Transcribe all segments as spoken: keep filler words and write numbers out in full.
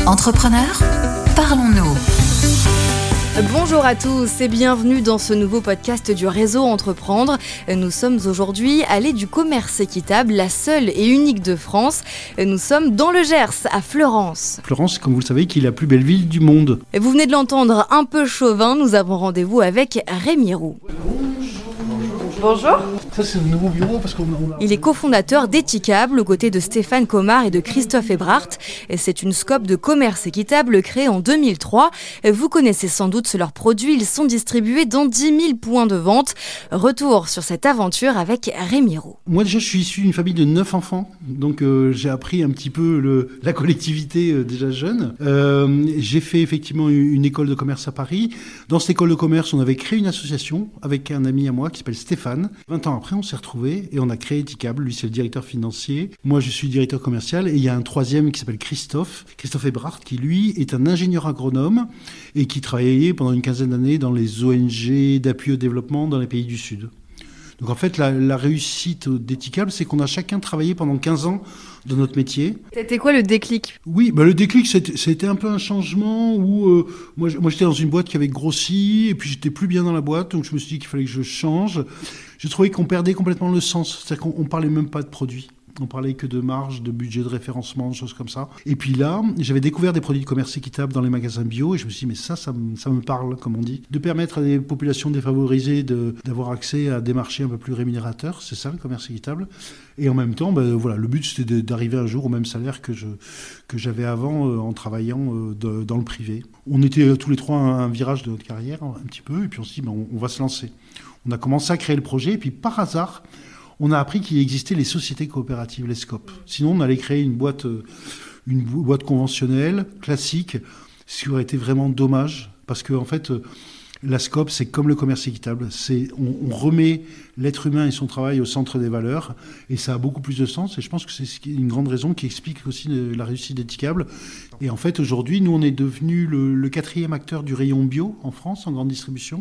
Entrepreneurs, parlons-nous. Bonjour à tous et bienvenue dans ce nouveau podcast du réseau Entreprendre. Nous sommes aujourd'hui allés du commerce équitable, la seule et unique de France. Nous sommes dans le Gers, à Fleurance. Fleurance, comme vous le savez, qui est la plus belle ville du monde. Vous venez de l'entendre, un peu chauvin, nous avons rendez-vous avec Rémi Roux. Bonjour. Ça, c'est le nouveau bureau parce qu'on a... Il est cofondateur d'Eticable, aux côtés de Stéphane Comard et de Christophe Ebrard. C'est une scope de commerce équitable créée en deux mille trois. Vous connaissez sans doute leurs produits, ils sont distribués dans dix mille points de vente. Retour sur cette aventure avec Rémi Roux. Moi déjà, je suis issu d'une famille de neuf enfants, donc euh, j'ai appris un petit peu le, la collectivité euh, déjà jeune. Euh, j'ai fait effectivement une, une école de commerce à Paris. Dans cette école de commerce, on avait créé une association avec un ami à moi qui s'appelle Stéphane. vingt ans après, on s'est retrouvés et on a créé Eticable. Lui, c'est le directeur financier. Moi, je suis le directeur commercial. Et il y a un troisième qui s'appelle Christophe, Christophe Ebrard, qui lui est un ingénieur agronome et qui travaillait pendant une quinzaine d'années dans les O N G d'appui au développement dans les pays du Sud. Donc en fait, la, la réussite d'Eticable, c'est qu'on a chacun travaillé pendant quinze ans dans notre métier. C'était quoi le déclic ? Oui, bah le déclic, c'était, c'était un peu un changement où euh, moi, moi j'étais dans une boîte qui avait grossi et puis j'étais plus bien dans la boîte, donc je me suis dit qu'il fallait que je change. J'ai trouvé qu'on perdait complètement le sens, c'est-à-dire qu'on ne parlait même pas de produits. On parlait que de marge, de budget de référencement, de choses comme ça. Et puis là, j'avais découvert des produits de commerce équitable dans les magasins bio et je me suis dit, mais ça, ça me, ça me parle, comme on dit. De permettre à des populations défavorisées de, d'avoir accès à des marchés un peu plus rémunérateurs, c'est ça le commerce équitable. Et en même temps, ben, voilà, le but, c'était de, d'arriver un jour au même salaire que, je, que j'avais avant euh, en travaillant euh, de, dans le privé. On était tous les trois à un virage de notre carrière, un, un petit peu, et puis on s'est dit, ben, on, on va se lancer. On a commencé à créer le projet et puis par hasard, on a appris qu'il existait les sociétés coopératives, les SCOP. Sinon, on allait créer une boîte, une boîte conventionnelle, classique, ce qui aurait été vraiment dommage, parce que en fait, la SCOP, c'est comme le commerce équitable. C'est, on, on remet l'être humain et son travail au centre des valeurs, et ça a beaucoup plus de sens. Et je pense que c'est une grande raison qui explique aussi la réussite d'Eticable. Et en fait, aujourd'hui, nous, on est devenu le, le quatrième acteur du rayon bio en France, en grande distribution.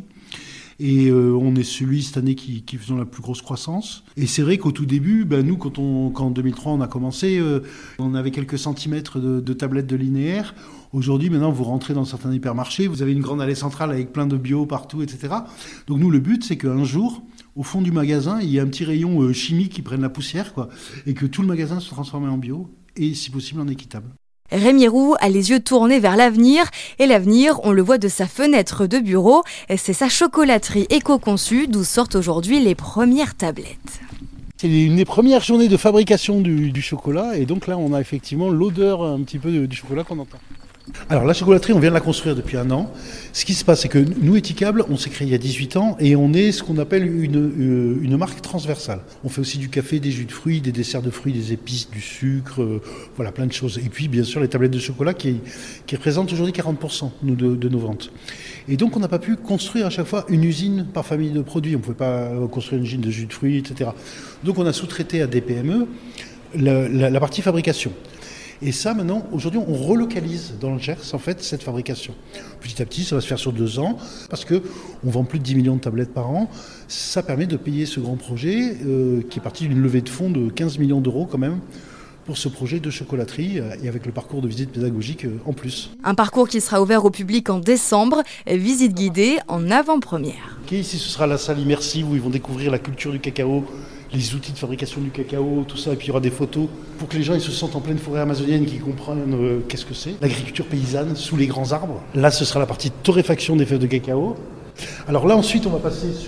Et euh, on est celui cette année qui, qui faisant la plus grosse croissance. Et c'est vrai qu'au tout début, ben nous, quand, on, quand en deux mille trois on a commencé, euh, on avait quelques centimètres de, de tablettes de linéaire. Aujourd'hui, maintenant, vous rentrez dans certains hypermarchés, vous avez une grande allée centrale avec plein de bio partout, et cetera. Donc nous, le but, c'est qu'un jour, au fond du magasin, il y ait un petit rayon euh, chimique qui prenne la poussière, quoi, et que tout le magasin se transforme en bio et, si possible, en équitable. Rémi Roux a les yeux tournés vers l'avenir, et l'avenir, on le voit de sa fenêtre de bureau, c'est sa chocolaterie éco-conçue d'où sortent aujourd'hui les premières tablettes. C'est une des premières journées de fabrication du, du chocolat, et donc là on a effectivement l'odeur un petit peu de, du chocolat qu'on entend. Alors la chocolaterie, on vient de la construire depuis un an. Ce qui se passe, c'est que nous, Eticable, on s'est créé il y a dix-huit ans et on est ce qu'on appelle une, une marque transversale. On fait aussi du café, des jus de fruits, des desserts de fruits, des épices, du sucre, euh, voilà, plein de choses. Et puis bien sûr les tablettes de chocolat qui, qui représentent aujourd'hui quarante pour cent nous, de, de nos ventes. Et donc on n'a pas pu construire à chaque fois une usine par famille de produits. On ne pouvait pas construire une usine de jus de fruits, et cetera. Donc on a sous-traité à des P M E la, la, la partie fabrication. Et ça, maintenant, aujourd'hui, on relocalise dans le Gers, en fait, cette fabrication. Petit à petit, ça va se faire sur deux ans, parce qu'on vend plus de dix millions de tablettes par an. Ça permet de payer ce grand projet, euh, qui est parti d'une levée de fonds de quinze millions d'euros, quand même, pour ce projet de chocolaterie, euh, et avec le parcours de visite pédagogique euh, en plus. Un parcours qui sera ouvert au public en décembre, visite guidée en avant-première. Okay, ici, ce sera la salle immersive où ils vont découvrir la culture du cacao, les outils de fabrication du cacao, tout ça, et puis il y aura des photos pour que les gens ils se sentent en pleine forêt amazonienne, qu'ils comprennent euh, qu'est-ce que c'est. L'agriculture paysanne sous les grands arbres. Là, ce sera la partie torréfaction des fèves de cacao. Alors là, ensuite, on va passer sur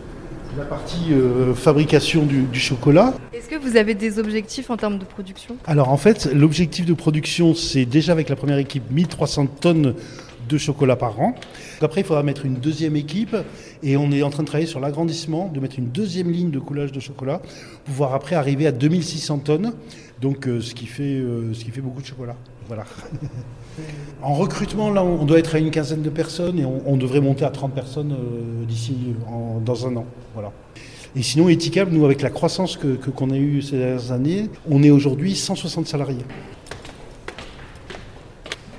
la partie euh, fabrication du, du chocolat. Est-ce que vous avez des objectifs en termes de production ? Alors en fait, l'objectif de production, c'est déjà avec la première équipe mille trois cents tonnes de chocolat par an. Après, il faudra mettre une deuxième équipe et on est en train de travailler sur l'agrandissement, de mettre une deuxième ligne de coulage de chocolat pour pouvoir après arriver à deux mille six cents tonnes, donc euh, ce, qui fait, euh, ce qui fait beaucoup de chocolat. Voilà. En recrutement, là, on doit être à une quinzaine de personnes et on, on devrait monter à trente personnes euh, d'ici en, dans un an. Voilà. Et sinon, Eticable, nous, avec la croissance que, que, qu'on a eue ces dernières années, on est aujourd'hui cent soixante salariés.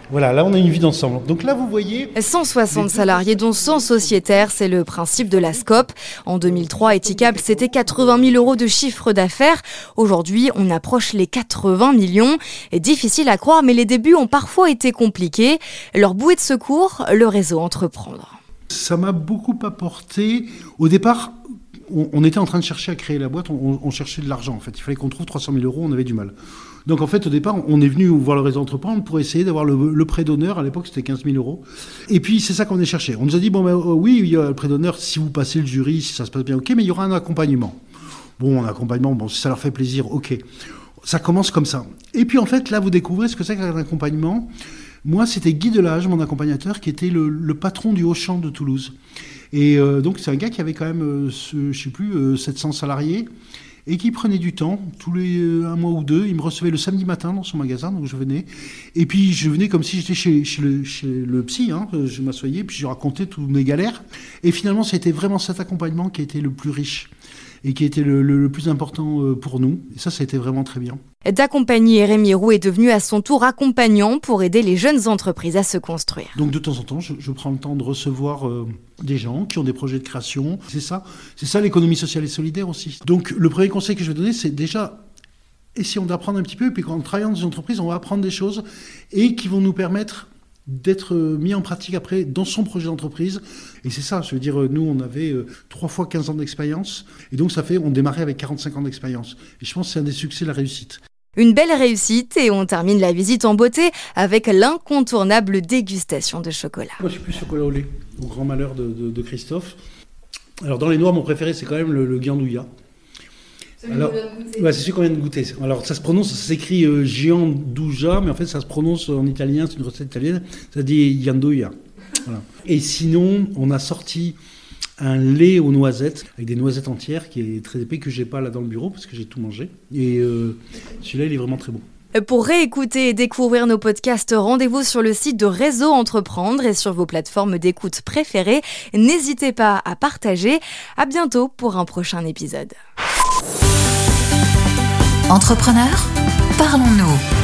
Voilà, là on a une vie d'ensemble. Donc là vous voyez... cent soixante salariés dont cent sociétaires, c'est le principe de la Scope. En deux mille trois, Etikable, c'était quatre-vingt mille euros de chiffre d'affaires. Aujourd'hui, on approche les quatre-vingts millions. Et difficile à croire, mais les débuts ont parfois été compliqués. Leur bouée de secours, le réseau Entreprendre. Ça m'a beaucoup apporté. Au départ, on, on était en train de chercher à créer la boîte, on, on cherchait de l'argent en fait. Il fallait qu'on trouve trois cent mille euros, on avait du mal. Donc en fait, au départ, on est venu voir le réseau Entreprendre pour essayer d'avoir le, le prêt d'honneur. À l'époque, c'était quinze mille euros. Et puis, c'est ça qu'on est cherché. On nous a dit, bon, ben, euh, oui, il y a le prêt d'honneur si vous passez le jury, si ça se passe bien, ok, mais il y aura un accompagnement. Bon, un accompagnement, bon, si ça leur fait plaisir, ok. Ça commence comme ça. Et puis, en fait, là, vous découvrez ce que c'est qu'un accompagnement. Moi, c'était Guy Delage, mon accompagnateur, qui était le, le patron du Auchan de Toulouse. Et euh, donc, c'est un gars qui avait quand même, euh, ce, je sais plus, euh, sept cents salariés. Et qui prenait du temps, tous les euh, un mois ou deux. Il me recevait le samedi matin dans son magasin, donc je venais. Et puis je venais comme si j'étais chez, chez, le, chez le psy, hein. Je m'assoyais, puis je racontais toutes mes galères. Et finalement, ça a été vraiment cet accompagnement qui a été le plus riche et qui a été le, le, le plus important pour nous. Et ça, ça a été vraiment très bien. D'accompagner, Rémi Roux est devenu à son tour accompagnant pour aider les jeunes entreprises à se construire. Donc de temps en temps, je, je prends le temps de recevoir euh, des gens qui ont des projets de création. C'est ça, c'est ça l'économie sociale et solidaire aussi. Donc le premier conseil que je vais donner, c'est déjà essayons d'apprendre un petit peu. Et puis quand on travaille dans des entreprises, on va apprendre des choses et qui vont nous permettre d'être mis en pratique après dans son projet d'entreprise. Et c'est ça, je veux dire, nous, on avait euh, trois fois quinze ans d'expérience. Et donc ça fait, on démarrait avec quarante-cinq ans d'expérience. Et je pense que c'est un des succès de la réussite. Une belle réussite et on termine la visite en beauté avec l'incontournable dégustation de chocolat. Moi, je suis plus chocolat au lait, au grand malheur de, de, de Christophe. Alors, dans les noix, mon préféré, c'est quand même le, le Giandouya. Alors, ouais, c'est celui qu'on vient de goûter. Alors, ça se prononce, ça s'écrit euh, Giandouja, mais en fait, ça se prononce en italien, c'est une recette italienne, ça dit Giandouya. Voilà. Et sinon, on a sorti un lait aux noisettes, avec des noisettes entières, qui est très épais, que j'ai pas là dans le bureau, parce que j'ai tout mangé. Et euh, celui-là, il est vraiment très bon. Pour réécouter et découvrir nos podcasts, rendez-vous sur le site de Réseau Entreprendre et sur vos plateformes d'écoute préférées. N'hésitez pas à partager. À bientôt pour un prochain épisode. Entrepreneurs, parlons-nous.